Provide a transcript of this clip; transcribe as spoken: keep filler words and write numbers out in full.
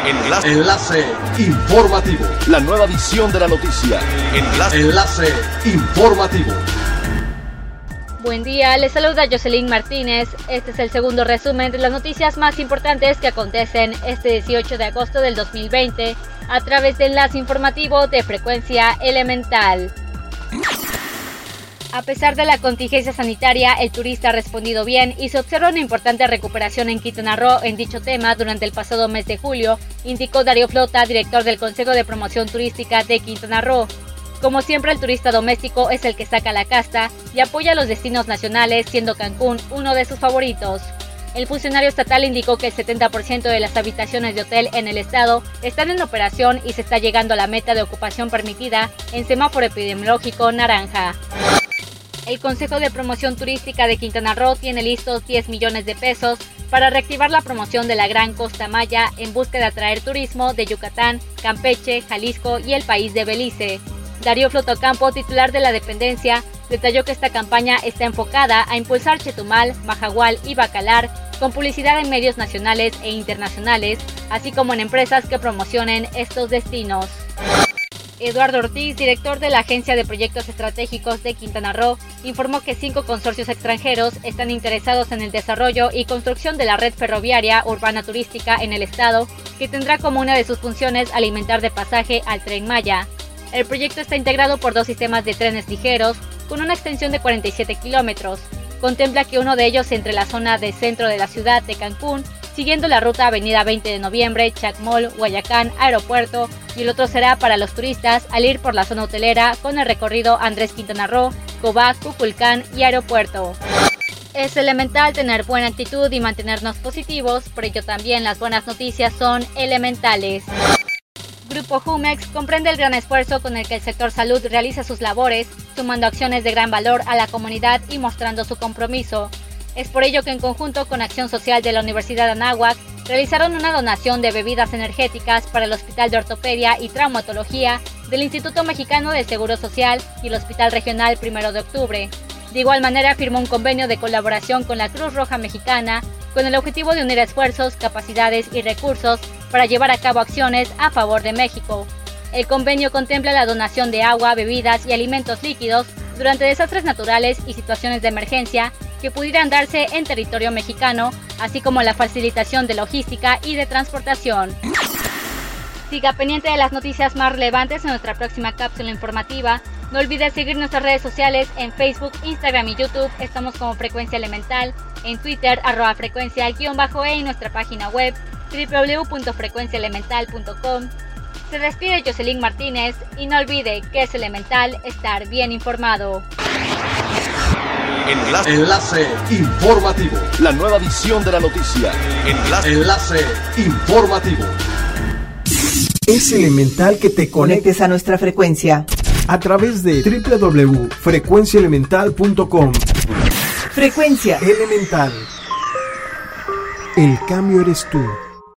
Enlace. Enlace informativo. La nueva edición de la noticia. Enlace. Enlace informativo. Buen día, les saluda Jocelyn Martínez. Este es el segundo resumen de las noticias más importantes que acontecen este dieciocho de agosto del dos mil veinte a través de Enlace Informativo de Frecuencia Elemental. A pesar de la contingencia sanitaria, el turista ha respondido bien y se observa una importante recuperación en Quintana Roo en dicho tema durante el pasado mes de julio, indicó Darío Flota, director del Consejo de Promoción Turística de Quintana Roo. Como siempre, el turista doméstico es el que saca la casta y apoya a los destinos nacionales, siendo Cancún uno de sus favoritos. El funcionario estatal indicó que el setenta por ciento de las habitaciones de hotel en el estado están en operación y se está llegando a la meta de ocupación permitida en semáforo epidemiológico naranja. El Consejo de Promoción Turística de Quintana Roo tiene listos diez millones de pesos para reactivar la promoción de la Gran Costa Maya en busca de atraer turismo de Yucatán, Campeche, Jalisco y el país de Belice. Darío Flotocampo, titular de la dependencia, detalló que esta campaña está enfocada a impulsar Chetumal, Majagual y Bacalar con publicidad en medios nacionales e internacionales, así como en empresas que promocionen estos destinos. Eduardo Ortiz, director de la Agencia de Proyectos Estratégicos de Quintana Roo, informó que cinco consorcios extranjeros están interesados en el desarrollo y construcción de la red ferroviaria urbana turística en el estado, que tendrá como una de sus funciones alimentar de pasaje al Tren Maya. El proyecto está integrado por dos sistemas de trenes ligeros, con una extensión de cuarenta y siete kilómetros. Contempla que uno de ellos entre la zona de centro de la ciudad de Cancún, siguiendo la ruta Avenida veinte de Noviembre, Chacmol, Guayacán, Aeropuerto, y el otro será para los turistas al ir por la zona hotelera con el recorrido Andrés Quintana Roo, Cobá, Cuculcán y Aeropuerto. Es elemental tener buena actitud y mantenernos positivos, por ello también las buenas noticias son elementales. Grupo Jumex comprende el gran esfuerzo con el que el sector salud realiza sus labores, sumando acciones de gran valor a la comunidad y mostrando su compromiso. Es por ello que en conjunto con Acción Social de la Universidad de Anáhuac, realizaron una donación de bebidas energéticas para el Hospital de Ortopedia y Traumatología del Instituto Mexicano del Seguro Social y el Hospital Regional Primero de Octubre. De igual manera, firmó un convenio de colaboración con la Cruz Roja Mexicana con el objetivo de unir esfuerzos, capacidades y recursos para llevar a cabo acciones a favor de México. El convenio contempla la donación de agua, bebidas y alimentos líquidos durante desastres naturales y situaciones de emergencia que pudieran darse en territorio mexicano, así como la facilitación de logística y de transportación. Siga pendiente de las noticias más relevantes en nuestra próxima cápsula informativa. No olvides seguir nuestras redes sociales en Facebook, Instagram y YouTube. Estamos como Frecuencia Elemental, en Twitter, arroba frecuencia guión bajo e y nuestra página web doble u doble u doble u punto frecuencia elemental punto com. Se despide Jocelyn Martínez y no olvide que es elemental estar bien informado. Enlace. Enlace informativo. La nueva edición de la noticia. Enlace. Enlace informativo. Es elemental que te conectes a nuestra frecuencia a través de doble u doble u doble u punto frecuencia elemental punto com. Frecuencia Elemental. El cambio eres tú.